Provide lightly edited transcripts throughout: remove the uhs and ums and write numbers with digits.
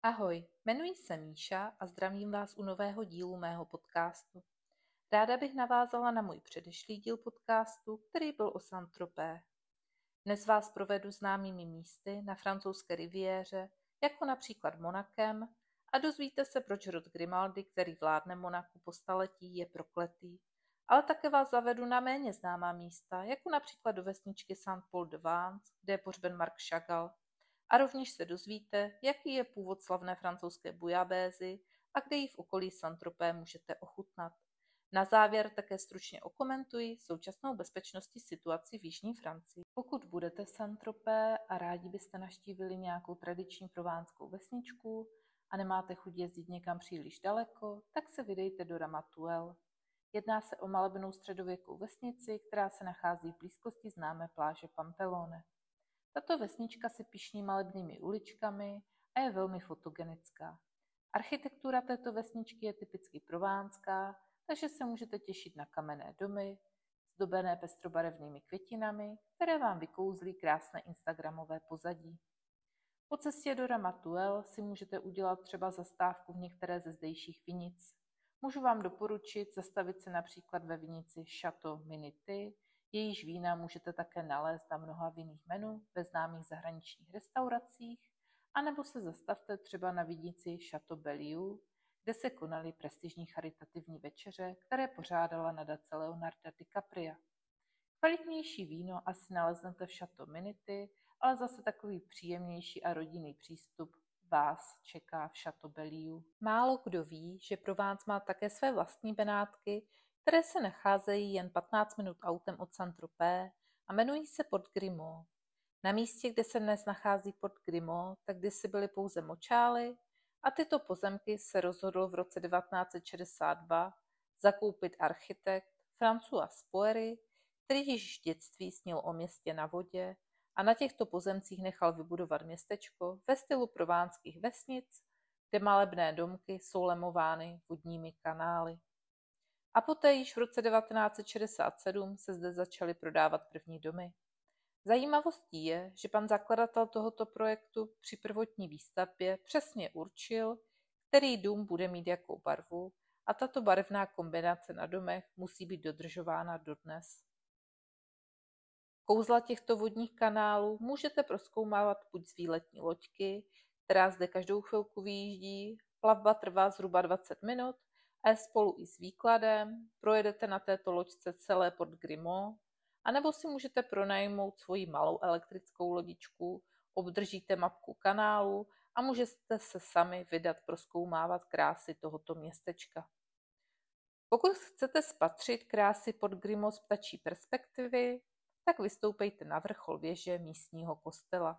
Ahoj, jmenuji se Míša a zdravím vás u nového dílu mého podcastu. Ráda bych navázala na můj předešlý díl podcastu, který byl o Saint-Tropez. Dnes vás provedu známými místy na francouzské riviéře, jako například Monakem, a dozvíte se, proč rod Grimaldi, který vládne Monaku po staletí, je prokletý. Ale také vás zavedu na méně známá místa, jako například do vesničky Saint-Paul-de-Vence, kde je pohřben Marc Chagall. A rovněž se dozvíte, jaký je původ slavné francouzské bujabézy a kde ji v okolí Saint-Tropez můžete ochutnat. Na závěr také stručně okomentuji současnou bezpečnostní situaci v jižní Francii. Pokud budete v Saint-Tropez a rádi byste navštívili nějakou tradiční provánskou vesničku a nemáte chuť jezdit někam příliš daleko, tak se vydejte do Ramatuelle. Jedná se o malebnou středověkou vesnici, která se nachází v blízkosti známé pláže Pampelonne. Tato vesnička se pyšní malebnými uličkami a je velmi fotogenická. Architektura této vesničky je typicky provánská, takže se můžete těšit na kamenné domy, zdobené pestrobarevnými květinami, které vám vykouzlí krásné instagramové pozadí. Po cestě do Ramatuelle si můžete udělat třeba zastávku v některé ze zdejších vinic. Můžu vám doporučit zastavit se například ve vinici Château Minity. Jejíž vína můžete také nalézt na mnoha vinných menu ve známých zahraničních restauracích, anebo se zastavte třeba na vinici Château Bellieu, kde se konaly prestižní charitativní večeře, které pořádala nadace Leonarda DiCapria. Kvalitnější víno asi naleznete v Château Minity, ale zase takový příjemnější a rodinný přístup vás čeká v Château Bellieu. Málo kdo ví, že Provence má také své vlastní Benátky, které se nacházejí jen 15 minut autem od Saint-Tropez a jmenují se Port Grimaud. Na místě, kde se dnes nachází Port Grimaud, tak kdysi byly pouze močály a tyto pozemky se rozhodl v roce 1962 zakoupit architekt François Spoerry, který již v dětství snil o městě na vodě a na těchto pozemcích nechal vybudovat městečko ve stylu provánských vesnic, kde malebné domky jsou lemovány vodními kanály. A poté již v roce 1967 se zde začaly prodávat první domy. Zajímavostí je, že pan zakladatel tohoto projektu při prvotní výstavbě přesně určil, který dům bude mít jakou barvu, a tato barevná kombinace na domech musí být dodržována dodnes. Kouzla těchto vodních kanálů můžete prozkoumávat buď z výletní loďky, která zde každou chvilku vyjíždí, plavba trvá zhruba 20 minut, a spolu i s výkladem projedete na této loďce celé Port Grimaud, anebo si můžete pronajmout svoji malou elektrickou lodičku, obdržíte mapku kanálu a můžete se sami vydat prozkoumávat krásy tohoto městečka. Pokud chcete spatřit krásy Port Grimaud z ptačí perspektivy, tak vystoupejte na vrchol věže místního kostela.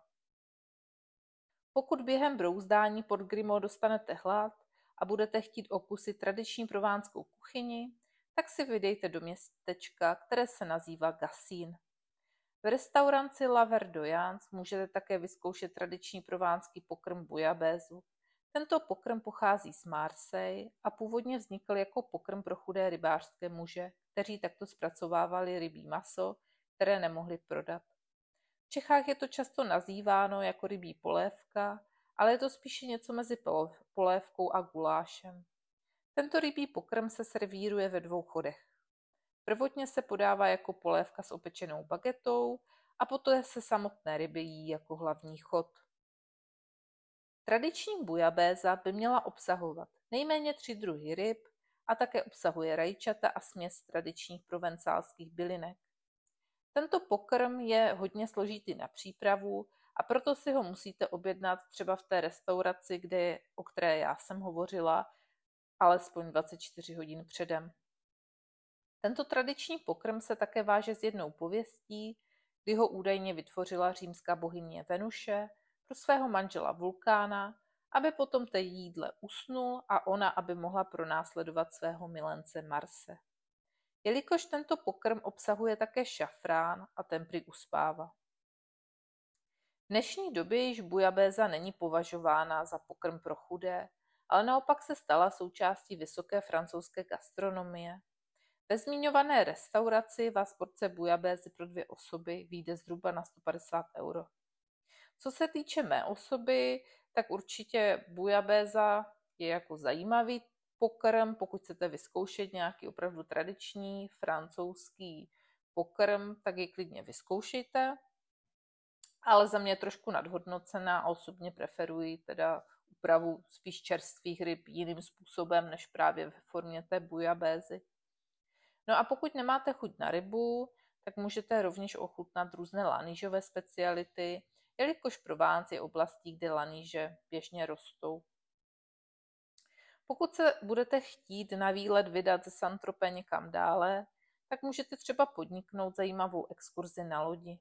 Pokud během brouzdání Port Grimaud dostanete hlad a budete chtít okusit tradiční provánskou kuchyni, tak si vydejte do městečka, které se nazývá Gassine. V restauraci La Verdoyance můžete také vyzkoušet tradiční provánský pokrm bujabézu. Tento pokrm pochází z Marseille a původně vznikl jako pokrm pro chudé rybářské muže, kteří takto zpracovávali rybí maso, které nemohli prodat. V Čechách je to často nazýváno jako rybí polévka, ale je to spíše něco mezi polévkou a gulášem. Tento rybí pokrm se servíruje ve dvou chodech. Prvotně se podává jako polévka s opečenou bagetou a poté se samotné ryby jí jako hlavní chod. Tradiční bujabéza by měla obsahovat nejméně 3 druhy ryb a také obsahuje rajčata a směs tradičních provencálských bylinek. Tento pokrm je hodně složitý na přípravu a proto si ho musíte objednat třeba v té restauraci, o které já jsem hovořila, alespoň 24 hodin předem. Tento tradiční pokrm se také váže s jednou pověstí, kdy ho údajně vytvořila římská bohyně Venuše pro svého manžela Vulkána, aby potom té jídle usnul a ona, aby mohla pronásledovat svého milence Marse. Jelikož tento pokrm obsahuje také šafrán a ten prý uspává. V dnešní době již bujabéza není považována za pokrm pro chudé, ale naopak se stala součástí vysoké francouzské gastronomie. Ve zmiňované restauraci vás porce bujabézy pro 2 osoby vyjde zhruba na 150 €. Co se týče mé osoby, tak určitě bujabéza je jako zajímavý pokrm, pokud chcete vyzkoušet nějaký opravdu tradiční francouzský pokrm, tak ji klidně vyzkoušejte. Ale za mě je trošku nadhodnocená a osobně preferuji teda úpravu spíš čerstvých ryb jiným způsobem, než právě ve formě té bujabézy. No a pokud nemáte chuť na rybu, tak můžete rovněž ochutnat různé lanížové speciality, jelikož Provence je oblastí, kde laníže běžně rostou. Pokud se budete chtít na výlet vydat ze Saint-Tropez někam dále, tak můžete třeba podniknout zajímavou exkurzi na lodi.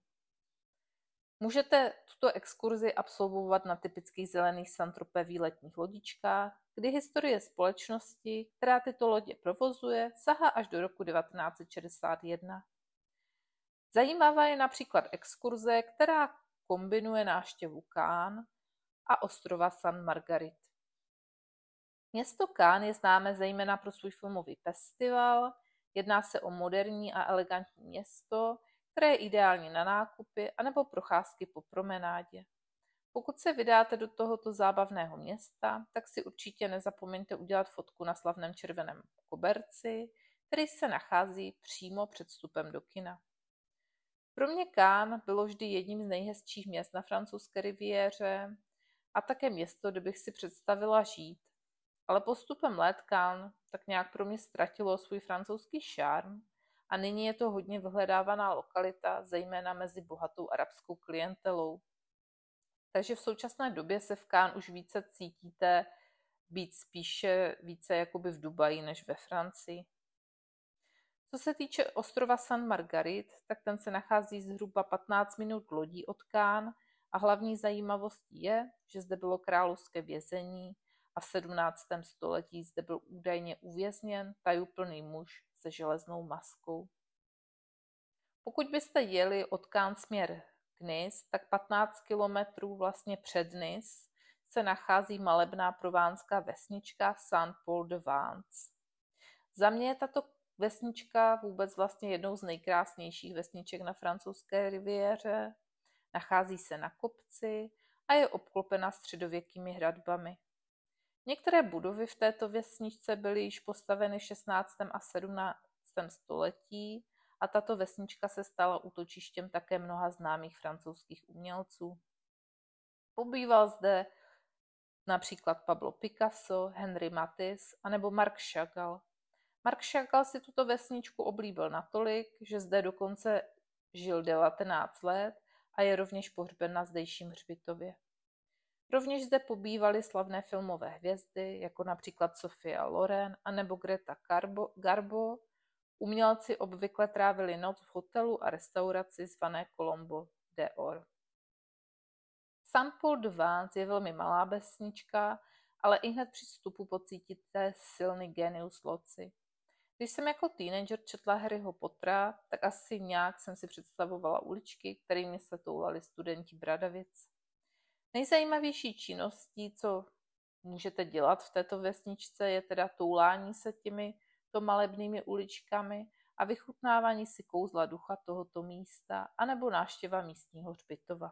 Můžete tuto exkurzi absolvovat na typických zelených Saint-Tropez výletních lodičkách, kdy historie společnosti, která tyto lodě provozuje, sahá až do roku 1961. Zajímavá je například exkurze, která kombinuje návštěvu Cannes a ostrova Sainte Marguerite. Město Cannes je známé zejména pro svůj filmový festival. Jedná se o moderní a elegantní město, které je ideální na nákupy anebo procházky po promenádě. Pokud se vydáte do tohoto zábavného města, tak si určitě nezapomeňte udělat fotku na slavném červeném koberci, který se nachází přímo před vstupem do kina. Pro mě Cannes bylo vždy jedním z nejhezčích měst na francouzské riviéře a také město, kde bych si představila žít. Ale postupem let Cannes tak nějak pro mě ztratilo svůj francouzský šarm a nyní je to hodně vyhledávaná lokalita, zejména mezi bohatou arabskou klientelou. Takže v současné době se v Cannes už více cítíte být spíše více jakoby v Dubaji než ve Francii. Co se týče ostrova Sainte Marguerite, tak ten se nachází zhruba 15 minut lodí od Cannes a hlavní zajímavostí je, že zde bylo královské vězení a v 17. století zde byl údajně uvězněn tajuplný muž se železnou maskou. Pokud byste jeli od Cannes směr k Nice, tak 15 kilometrů vlastně před Nice se nachází malebná provánská vesnička Saint-Paul-de-Vence. Za mě je tato vesnička vůbec vlastně jednou z nejkrásnějších vesniček na francouzské riviéře. Nachází se na kopci a je obklopena středověkými hradbami. Některé budovy v této vesničce byly již postaveny v 16. a 17. století a tato vesnička se stala útočištěm také mnoha známých francouzských umělců. Pobýval zde například Pablo Picasso, Henri Matisse anebo Marc Chagall. Marc Chagall si tuto vesničku oblíbil natolik, že zde dokonce žil 19 let a je rovněž pohřben na zdejším hřbitově. Rovněž zde pobývaly slavné filmové hvězdy, jako například Sophia Loren anebo Greta Garbo. Umělci obvykle trávili noc v hotelu a restauraci zvané Colombo d'Or. Saint-Paul-de-Vence je velmi malá vesnička, ale ihned při vstupu pocítíte silný genius loci. Když jsem jako teenager četla Harryho Pottera, tak asi nějak jsem si představovala uličky, kterými se toulali studenti Bradavic. Nejzajímavější činností, co můžete dělat v této vesničce, je teda toulání se těmito malebnými uličkami a vychutnávání si kouzla ducha tohoto místa anebo návštěva místního hřbitova.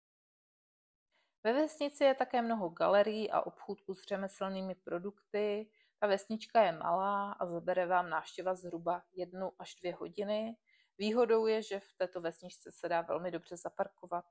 Ve vesnici je také mnoho galerií a obchůdků s řemeslnými produkty. Ta vesnička je malá a zabere vám návštěva zhruba 1 až 2 hodiny. Výhodou je, že v této vesničce se dá velmi dobře zaparkovat.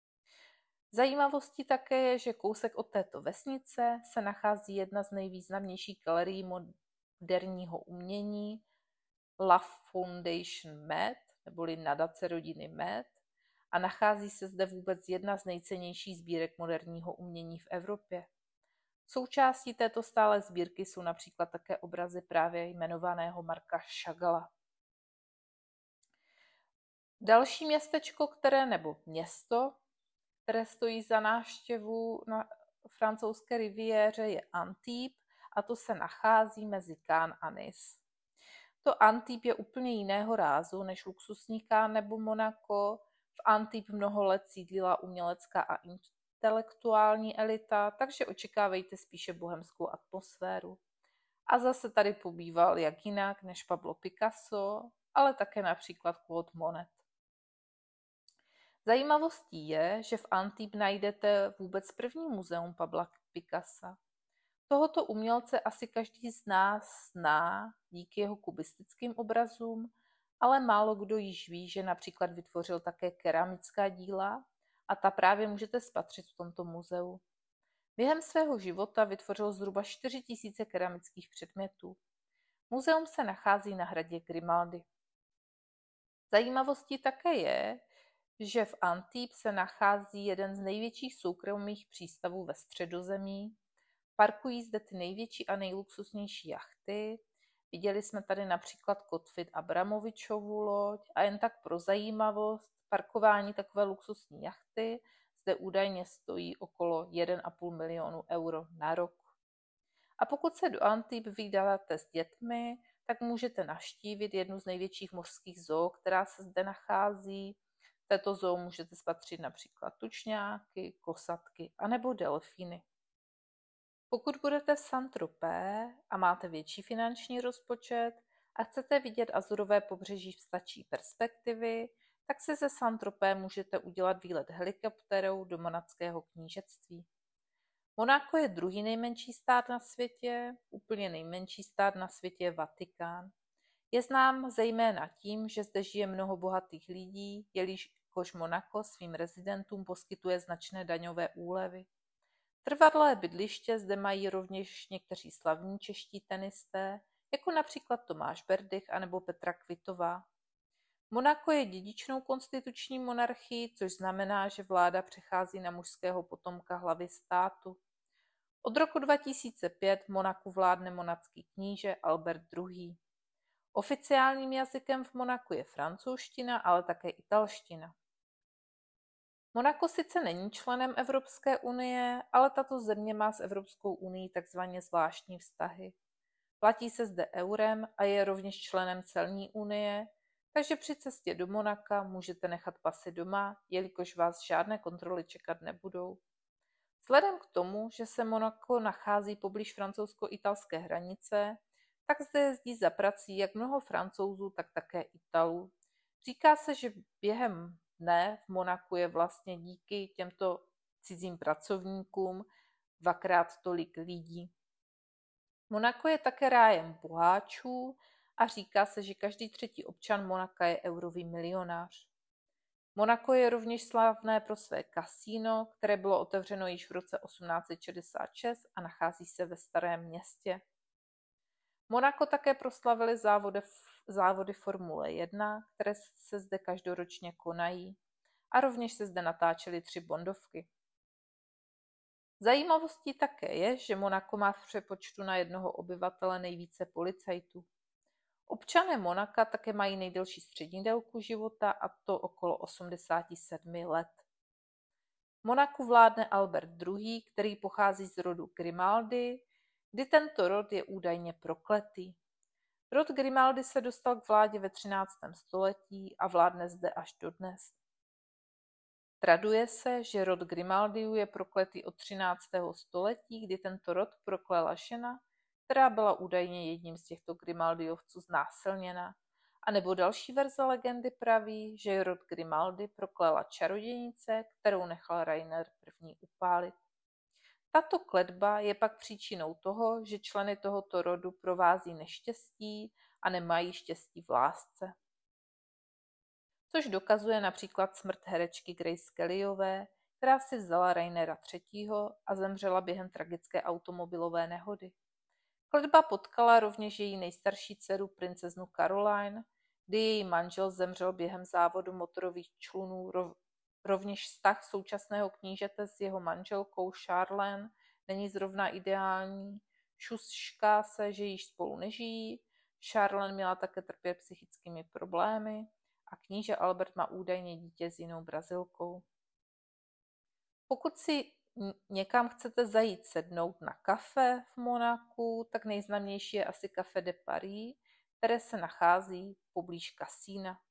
Zajímavostí také je, že kousek od této vesnice se nachází jedna z nejvýznamnějších galerií moderního umění La Fondation Met, neboli nadace rodiny Met, a nachází se zde vůbec jedna z nejcennějších sbírek moderního umění v Evropě. Součástí této stálé sbírky jsou například také obrazy právě jmenovaného Marca Chagalla. Další městečko, město, které stojí za návštěvu na francouzské riviéře, je Antibes a to se nachází mezi Cannes a Nice. To Antibes je úplně jiného rázu než luxusní Cannes nebo Monako. V Antibes mnoho let sídlila umělecká a intelektuální elita, takže očekávejte spíše bohemskou atmosféru. A zase tady pobýval jak jinak než Pablo Picasso, ale také například Claude Monet. Zajímavostí je, že v Antibes najdete vůbec první muzeum Pabla Picassa. Tohoto umělce asi každý z nás zná díky jeho kubistickým obrazům, ale málo kdo již ví, že například vytvořil také keramická díla a ta právě můžete spatřit v tomto muzeu. Během svého života vytvořil zhruba 4000 keramických předmětů. Muzeum se nachází na hradě Grimaldi. Zajímavostí také je, že v Antibes se nachází jeden z největších soukromých přístavů ve Středozemí. Parkují zde ty největší a nejluxusnější jachty. Viděli jsme tady například Kotfit Abramovičovu loď a jen tak pro zajímavost, parkování takové luxusní jachty zde údajně stojí okolo 1,5 milionu euro na rok. A pokud se do Antibes vydáte s dětmi, tak můžete navštívit jednu z největších mořských zoo, která se zde nachází. V této zoo můžete spatřit například tučňáky, kosatky anebo delfíny. Pokud budete v Saint-Tropez a máte větší finanční rozpočet a chcete vidět Azurové pobřeží z ptačí perspektivy, tak si ze Saint-Tropez můžete udělat výlet helikoptérou do Monackého knížectví. Monako je druhý nejmenší stát na světě, úplně nejmenší stát na světě je Vatikán. Je znám zejména tím, že zde žije mnoho bohatých lidí, jelikož Monako svým rezidentům poskytuje značné daňové úlevy. Trvalé bydliště zde mají rovněž někteří slavní čeští tenisté, jako například Tomáš Berdych anebo Petra Kvitová. Monako je dědičnou konstituční monarchií, což znamená, že vláda přechází na mužského potomka hlavy státu. Od roku 2005 v Monaku vládne monacký kníže Albert II. Oficiálním jazykem v Monaku je francouzština, ale také italština. Monako sice není členem Evropské unie, ale tato země má s Evropskou unií takzvaně zvláštní vztahy. Platí se zde eurem a je rovněž členem celní unie, takže při cestě do Monaka můžete nechat pasy doma, jelikož vás žádné kontroly čekat nebudou. Vzhledem k tomu, že se Monako nachází poblíž francouzsko-italské hranice, tak zde jezdí za prací jak mnoho Francouzů, tak také Italů. Říká se, že během dne v Monaku je vlastně díky těmto cizím pracovníkům dvakrát tolik lidí. Monako je také rájem boháčů a říká se, že každý třetí občan Monaka je eurový milionář. Monako je rovněž slavné pro své kasíno, které bylo otevřeno již v roce 1866 a nachází se ve Starém Městě. Monako také proslavili závody Formule 1, které se zde každoročně konají, a rovněž se zde natáčely 3 bondovky. Zajímavostí také je, že Monako má v přepočtu na jednoho obyvatele nejvíce policajtů. Občané Monaka také mají nejdelší střední délku života, a to okolo 87 let. Monaku vládne Albert II., který pochází z rodu Grimaldi, kdy tento rod je údajně prokletý. Rod Grimaldi se dostal k vládě ve 13. století a vládne zde až dodnes. Traduje se, že rod Grimaldiů je prokletý od 13. století, kdy tento rod proklela žena, která byla údajně jedním z těchto Grimaldiovců znásilněna, a nebo další verze legendy praví, že rod Grimaldi proklela čarodějnice, kterou nechal Rainer I. upálit. Tato kletba je pak příčinou toho, že členy tohoto rodu provází neštěstí a nemají štěstí v lásce. Což dokazuje například smrt herečky Grace Kellyové, která si vzala Rainera III. A zemřela během tragické automobilové nehody. Kletba potkala rovněž její nejstarší dceru princeznu Caroline, kdy její manžel zemřel během závodu motorových člunů. Rovněž vztah současného knížete s jeho manželkou Charlene není zrovna ideální. Šušká se, že již spolu nežijí. Charlene měla také trpět psychickými problémy a kníže Albert má údajně dítě s jinou Brazilkou. Pokud si někam chcete zajít sednout na kafe v Monaku, tak nejznámější je asi Café de Paris, které se nachází poblíž kasína.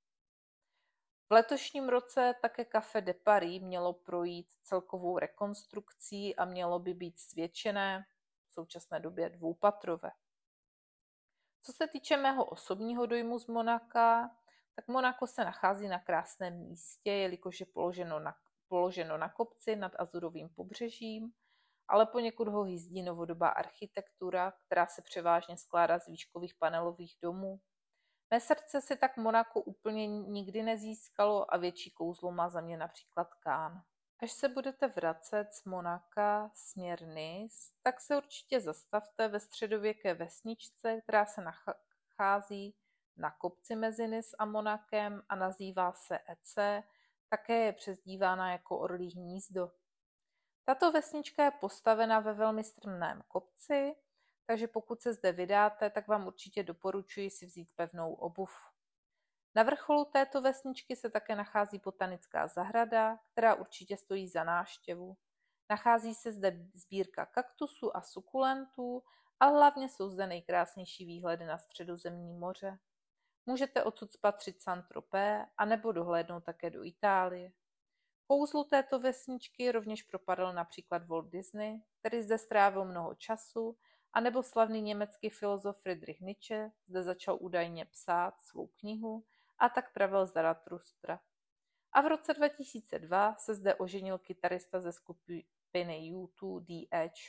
V letošním roce také Café de Paris mělo projít celkovou rekonstrukcí a mělo by být zvětšené, v současné době dvoupatrové. Co se týče mého osobního dojmu z Monaka, tak Monako se nachází na krásném místě, jelikož je položeno na kopci nad Azurovým pobřežím, ale poněkud ho hyzdí novodobá architektura, která se převážně skládá z výškových panelových domů. Mé srdce si tak Monako úplně nikdy nezískalo a větší kouzlo má za mě například Cannes. Až se budete vracet z Monaka směr Nice, tak se určitě zastavte ve středověké vesničce, která se nachází na kopci mezi Nice a Monakem a nazývá se Ece, také je přezdívána jako Orlí hnízdo. Tato vesnička je postavena ve velmi strmém kopci, takže pokud se zde vydáte, tak vám určitě doporučuji si vzít pevnou obuv. Na vrcholu této vesničky se také nachází botanická zahrada, která určitě stojí za návštěvu. Nachází se zde sbírka kaktusů a sukulentů a hlavně jsou zde nejkrásnější výhledy na Středozemní moře. Můžete odsud spatřit Saint-Tropez anebo dohlédnout také do Itálie. Kouzlu této vesničky rovněž propadl například Walt Disney, který zde strávil mnoho času, anebo slavný německý filozof Friedrich Nietzsche zde začal údajně psát svou knihu a tak pravel Zarathustra. A v roce 2002 se zde oženil kytarista ze skupiny U2 The Edge.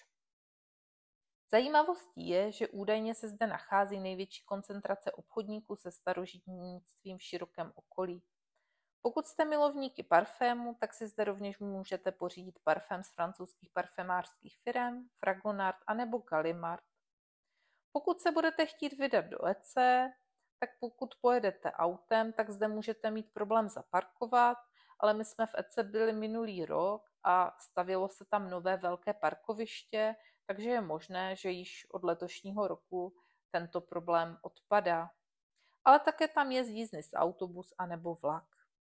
Zajímavostí je, že údajně se zde nachází největší koncentrace obchodníků se starožitnictvím v širokém okolí. Pokud jste milovníky parfému, tak si zde rovněž můžete pořídit parfém z francouzských parfémářských firem, Fragonard anebo Gallimard. Pokud se budete chtít vydat do Ece, tak pokud pojedete autem, tak zde můžete mít problém zaparkovat, ale my jsme v Ece byli minulý rok a stavělo se tam nové velké parkoviště, takže je možné, že již od letošního roku tento problém odpadá. Ale také tam jezdí z Nice autobus anebo vlak.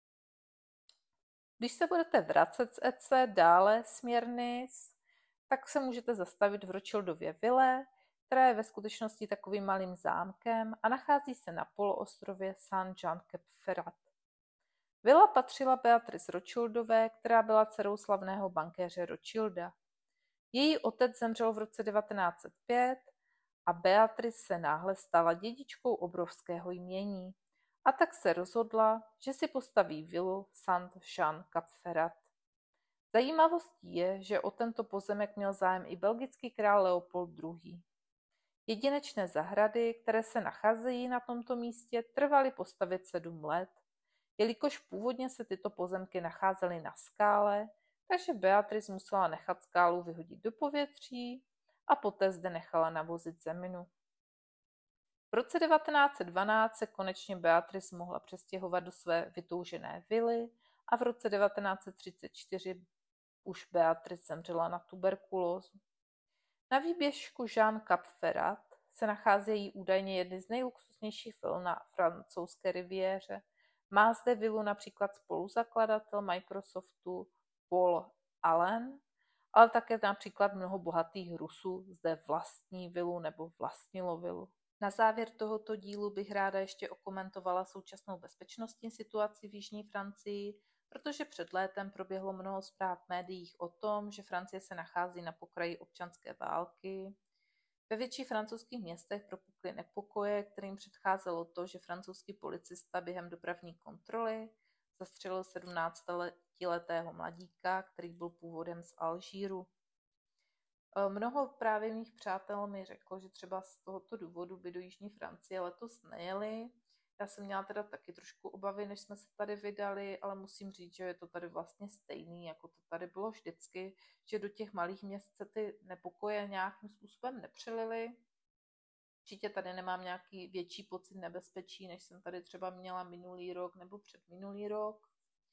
Když se budete vracet z Ece dále směr Nice, tak se můžete zastavit v Rothschildově vile, která je ve skutečnosti takovým malým zámkem a nachází se na poloostrově Saint-Jean-Cap-Ferrat. Vila patřila Beatrice Rothschildové, která byla dcerou slavného bankéře Rothschilda. Její otec zemřel v roce 1905 a Beatrice se náhle stala dědičkou obrovského jmění. A tak se rozhodla, že si postaví vilu Saint-Jean-Cap-Ferrat. Zajímavostí je, že o tento pozemek měl zájem i belgický král Leopold II. Jedinečné zahrady, které se nacházejí na tomto místě, trvaly postavit 7 let, jelikož původně se tyto pozemky nacházely na skále, takže Beatrice musela nechat skálu vyhodit do povětří a poté zde nechala navozit zeminu. V roce 1912 se konečně Beatrice mohla přestěhovat do své vytoužené vily a v roce 1934 už Beatrice zemřela na tuberkulózu. Na výběžku Jean-Cap-Ferrat se nacházejí údajně jedny z nejluxusnějších vil na francouzské riviéře. Má zde vilu například spoluzakladatel Microsoftu Paul Allen, ale také například mnoho bohatých Rusů zde vlastní vilu nebo vlastnilo vilu. Na závěr tohoto dílu bych ráda ještě okomentovala současnou bezpečnostní situaci v jižní Francii, protože před létem proběhlo mnoho zpráv v médiích o tom, že Francie se nachází na pokraji občanské války. Ve větších francouzských městech propukly nepokoje, kterým předcházelo to, že francouzský policista během dopravní kontroly zastřelil 17letého mladíka, který byl původem z Alžíru. Mnoho právě mých přátel mi řeklo, že třeba z tohoto důvodu by do jižní Francie letos nejeli. Já jsem měla teda taky trošku obavy, než jsme se tady vydali, ale musím říct, že je to tady vlastně stejný, jako to tady bylo vždycky, že do těch malých měst se ty nepokoje nějakým způsobem nepřelily. Určitě tady nemám nějaký větší pocit nebezpečí, než jsem tady třeba měla minulý rok nebo předminulý rok.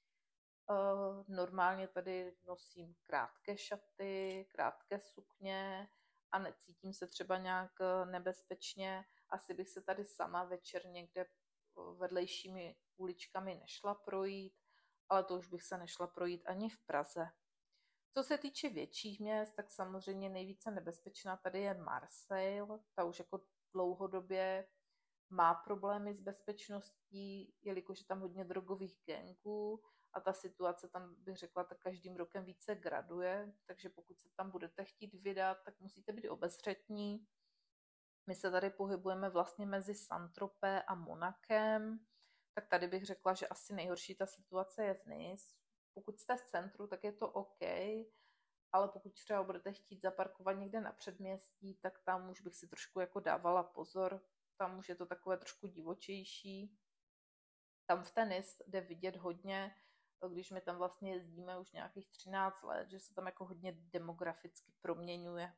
Normálně tady nosím krátké šaty, krátké sukně a necítím se třeba nějak nebezpečně. Asi bych se tady sama večer někde vedlejšími uličkami nešla projít, ale to už bych se nešla projít ani v Praze. Co se týče větších měst, tak samozřejmě nejvíce nebezpečná tady je Marseille. Ta už jako dlouhodobě má problémy s bezpečností, jelikož je tam hodně drogových gangů a ta situace tam, bych řekla, tak každým rokem více graduje, takže pokud se tam budete chtít vydat, tak musíte být obezřetní. My se tady pohybujeme vlastně mezi Saint-Tropez a Monakem, tak tady bych řekla, že asi nejhorší ta situace je v Nice. Pokud jste v centru, tak je to OK, ale pokud třeba budete chtít zaparkovat někde na předměstí, tak tam už bych si trošku jako dávala pozor. Tam už je to takové trošku divočejší. Tam v té Nice jde vidět hodně, když my tam vlastně jezdíme už nějakých 13 let, že se tam jako hodně demograficky proměňuje.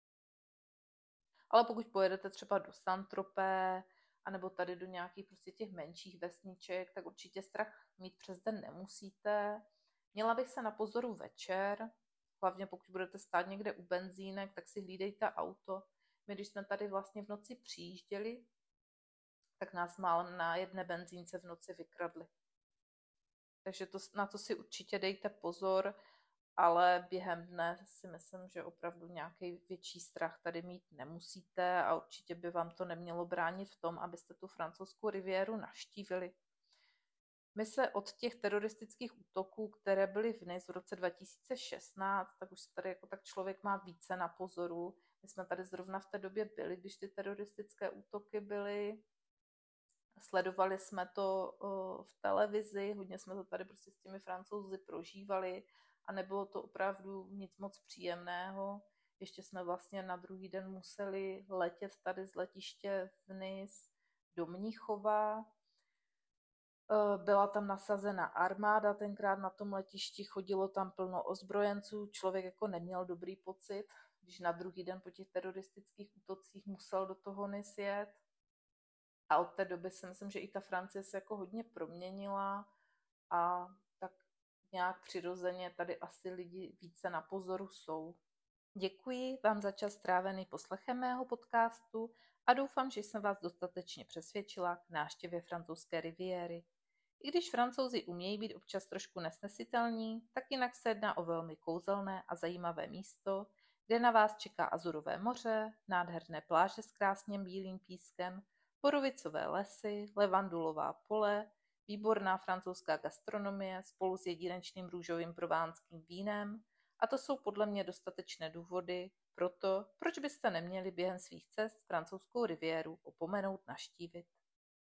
Ale pokud pojedete třeba do Saint-Tropez, anebo tady do nějakých prostě těch menších vesniček, tak určitě strach mít přes den nemusíte. Měla bych se na pozoru večer, hlavně pokud budete stát někde u benzínek, tak si hlídejte auto. My, když jsme tady vlastně v noci přijížděli, tak nás málem na jedné benzínce v noci vykradli. Takže na to si určitě dejte pozor, ale během dne si myslím, že opravdu nějaký větší strach tady mít nemusíte a určitě by vám to nemělo bránit v tom, abyste tu francouzskou riviéru navštívili. My se od těch teroristických útoků, které byly v Nice v roce 2016, tak už se tady jako tak člověk má více na pozoru. My jsme tady zrovna v té době byli, když ty teroristické útoky byly. Sledovali jsme to v televizi, hodně jsme to tady prostě s těmi Francouzi prožívali a nebylo to opravdu nic moc příjemného. Ještě jsme vlastně na druhý den museli letět tady z letiště v Nice do Mnichova. Byla tam nasazena armáda, tenkrát na tom letišti chodilo tam plno ozbrojenců, člověk jako neměl dobrý pocit, když na druhý den po těch teroristických útocích musel do toho Nice jet. A od té doby si myslím, že i ta Francie se jako hodně proměnila a tak nějak přirozeně tady asi lidi více na pozoru jsou. Děkuji vám za čas strávený poslechem mého podcastu a doufám, že jsem vás dostatečně přesvědčila k návštěvě francouzské riviéry. I když Francouzi umějí být občas trošku nesnesitelní, tak jinak se jedná o velmi kouzelné a zajímavé místo, kde na vás čeká Azurové moře, nádherné pláže s krásným bílým pískem, borovicové lesy, levandulová pole, výborná francouzská gastronomie spolu s jedinečným růžovým provánským vínem, a to jsou podle mě dostatečné důvody pro to, proč byste neměli během svých cest francouzskou riviéru opomenout navštívit.